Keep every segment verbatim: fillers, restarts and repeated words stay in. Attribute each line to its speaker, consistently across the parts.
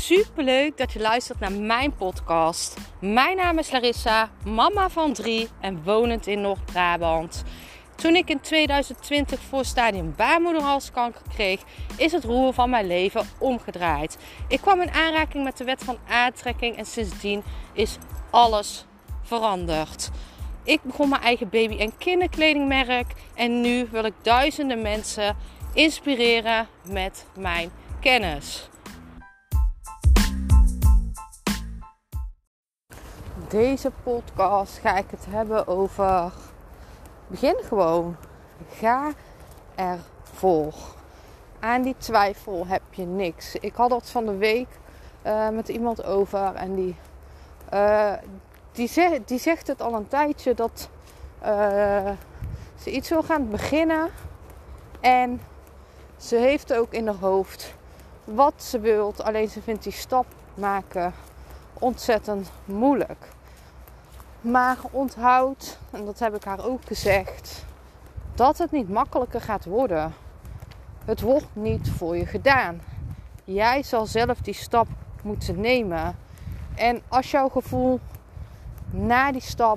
Speaker 1: Super leuk dat je luistert naar mijn podcast. Mijn naam is Larissa, mama van drie en wonend in Noord-Brabant. Toen ik in tweeduizend twintig voor stadium baarmoederhalskanker kreeg, is het roer van mijn leven omgedraaid. Ik kwam in aanraking met de wet van aantrekking en sindsdien is alles veranderd. Ik begon mijn eigen baby- en kinderkledingmerk en nu wil ik duizenden mensen inspireren met mijn kennis. Deze podcast ga ik het hebben over begin gewoon. Ga ervoor. Aan die twijfel heb je niks. Ik had het van de week uh, met iemand over en die, uh, die, zeg, die zegt het al een tijdje dat uh, ze iets wil gaan beginnen. En ze heeft ook in haar hoofd wat ze wilt. Alleen ze vindt die stap maken ontzettend moeilijk. Maar onthoud, en dat heb ik haar ook gezegd, dat het niet makkelijker gaat worden. Het wordt niet voor je gedaan. Jij zal zelf die stap moeten nemen. En als jouw gevoel na die stap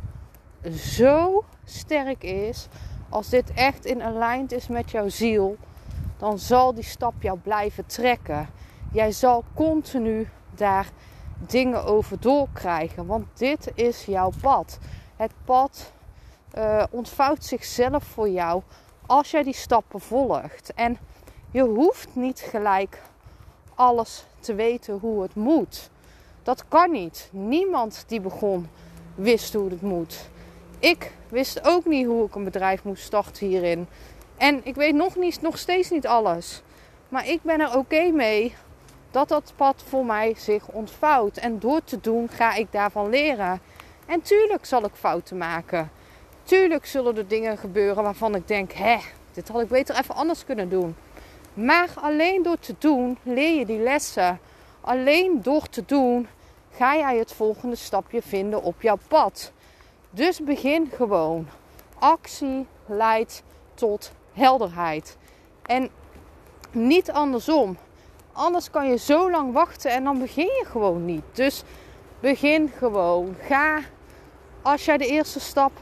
Speaker 1: zo sterk is, als dit echt in aligned is met jouw ziel, dan zal die stap jou blijven trekken. Jij zal continu daar dingen over doorkrijgen, want dit is jouw pad. Het pad uh, ontvouwt zichzelf voor jou als jij die stappen volgt. En je hoeft niet gelijk alles te weten hoe het moet. Dat kan niet. Niemand die begon wist hoe het moet. Ik wist ook niet hoe ik een bedrijf moest starten hierin. En ik weet nog, niet, nog steeds niet alles. Maar ik ben er oké okay mee dat dat pad voor mij zich ontvouwt. En door te doen ga ik daarvan leren. En tuurlijk zal ik fouten maken. Tuurlijk zullen er dingen gebeuren waarvan ik denk, hè, dit had ik beter even anders kunnen doen. Maar alleen door te doen leer je die lessen. Alleen door te doen ga jij het volgende stapje vinden op jouw pad. Dus begin gewoon. Actie leidt tot helderheid. En niet andersom. Anders kan je zo lang wachten en dan begin je gewoon niet. Dus begin gewoon. Ga, als jij de eerste stap,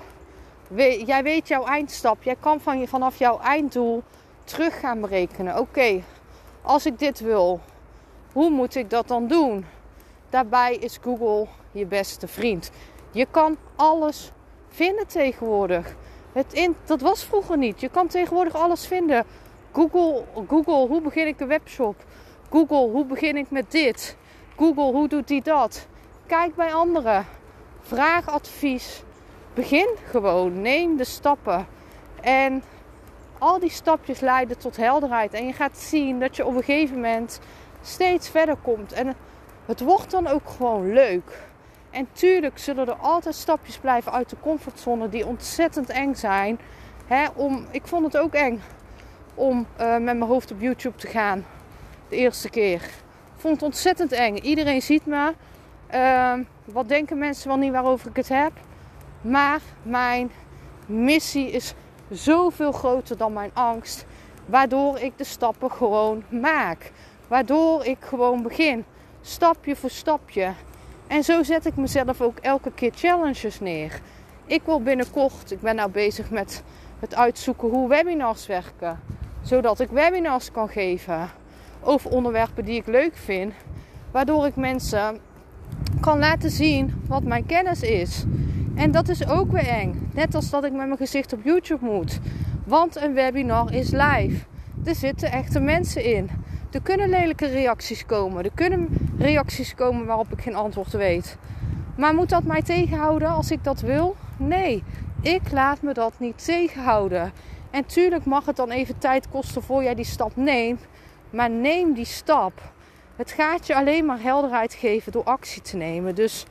Speaker 1: jij weet jouw eindstap. Jij kan van je, vanaf jouw einddoel terug gaan berekenen. Oké, okay, als ik dit wil, hoe moet ik dat dan doen? Daarbij is Google je beste vriend. Je kan alles vinden tegenwoordig. Het in, dat was vroeger niet. Je kan tegenwoordig alles vinden. Google, Google, hoe begin ik een webshop? Google, hoe begin ik met dit? Google, hoe doet die dat? Kijk bij anderen. Vraag advies. Begin gewoon. Neem de stappen. En al die stapjes leiden tot helderheid. En je gaat zien dat je op een gegeven moment steeds verder komt. En het wordt dan ook gewoon leuk. En tuurlijk zullen er altijd stapjes blijven uit de comfortzone die ontzettend eng zijn. Hè, om, ik vond het ook eng om uh, met mijn hoofd op YouTube te gaan. De eerste keer. Ik vond het ontzettend eng. Iedereen ziet me. Uh, wat denken mensen wel niet waarover ik het heb. Maar mijn missie is zoveel groter dan mijn angst. Waardoor ik de stappen gewoon maak. Waardoor ik gewoon begin. Stapje voor stapje. En zo zet ik mezelf ook elke keer challenges neer. Ik wil binnenkort, ik ben nou bezig met het uitzoeken hoe webinars werken. Zodat ik webinars kan geven over onderwerpen die ik leuk vind. Waardoor ik mensen kan laten zien wat mijn kennis is. En dat is ook weer eng. Net als dat ik met mijn gezicht op YouTube moet. Want een webinar is live. Er zitten echte mensen in. Er kunnen lelijke reacties komen. Er kunnen reacties komen waarop ik geen antwoord weet. Maar moet dat mij tegenhouden als ik dat wil? Nee, ik laat me dat niet tegenhouden. En tuurlijk mag het dan even tijd kosten voor jij die stap neemt. Maar neem die stap. Het gaat je alleen maar helderheid geven door actie te nemen. Dus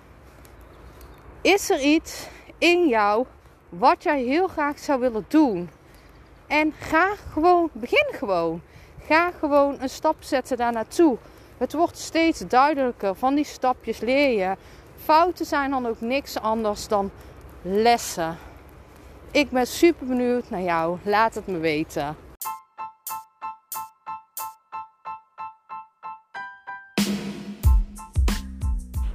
Speaker 1: is er iets in jou wat jij heel graag zou willen doen? En ga gewoon, begin gewoon. Ga gewoon een stap zetten daar naartoe. Het wordt steeds duidelijker. Van die stapjes leer je. Fouten zijn dan ook niks anders dan lessen. Ik ben super benieuwd naar jou. Laat het me weten.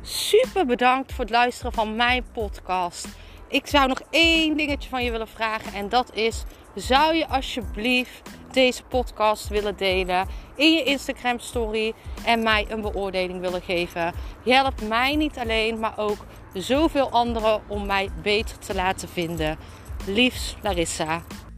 Speaker 1: super bedankt voor het luisteren van mijn podcast. Ik zou nog één dingetje van je willen vragen. En dat is, zou je alsjeblieft deze podcast willen delen in je Instagram story en mij een beoordeling willen geven? Je helpt mij niet alleen, maar ook zoveel anderen om mij beter te laten vinden. Liefs, Larissa.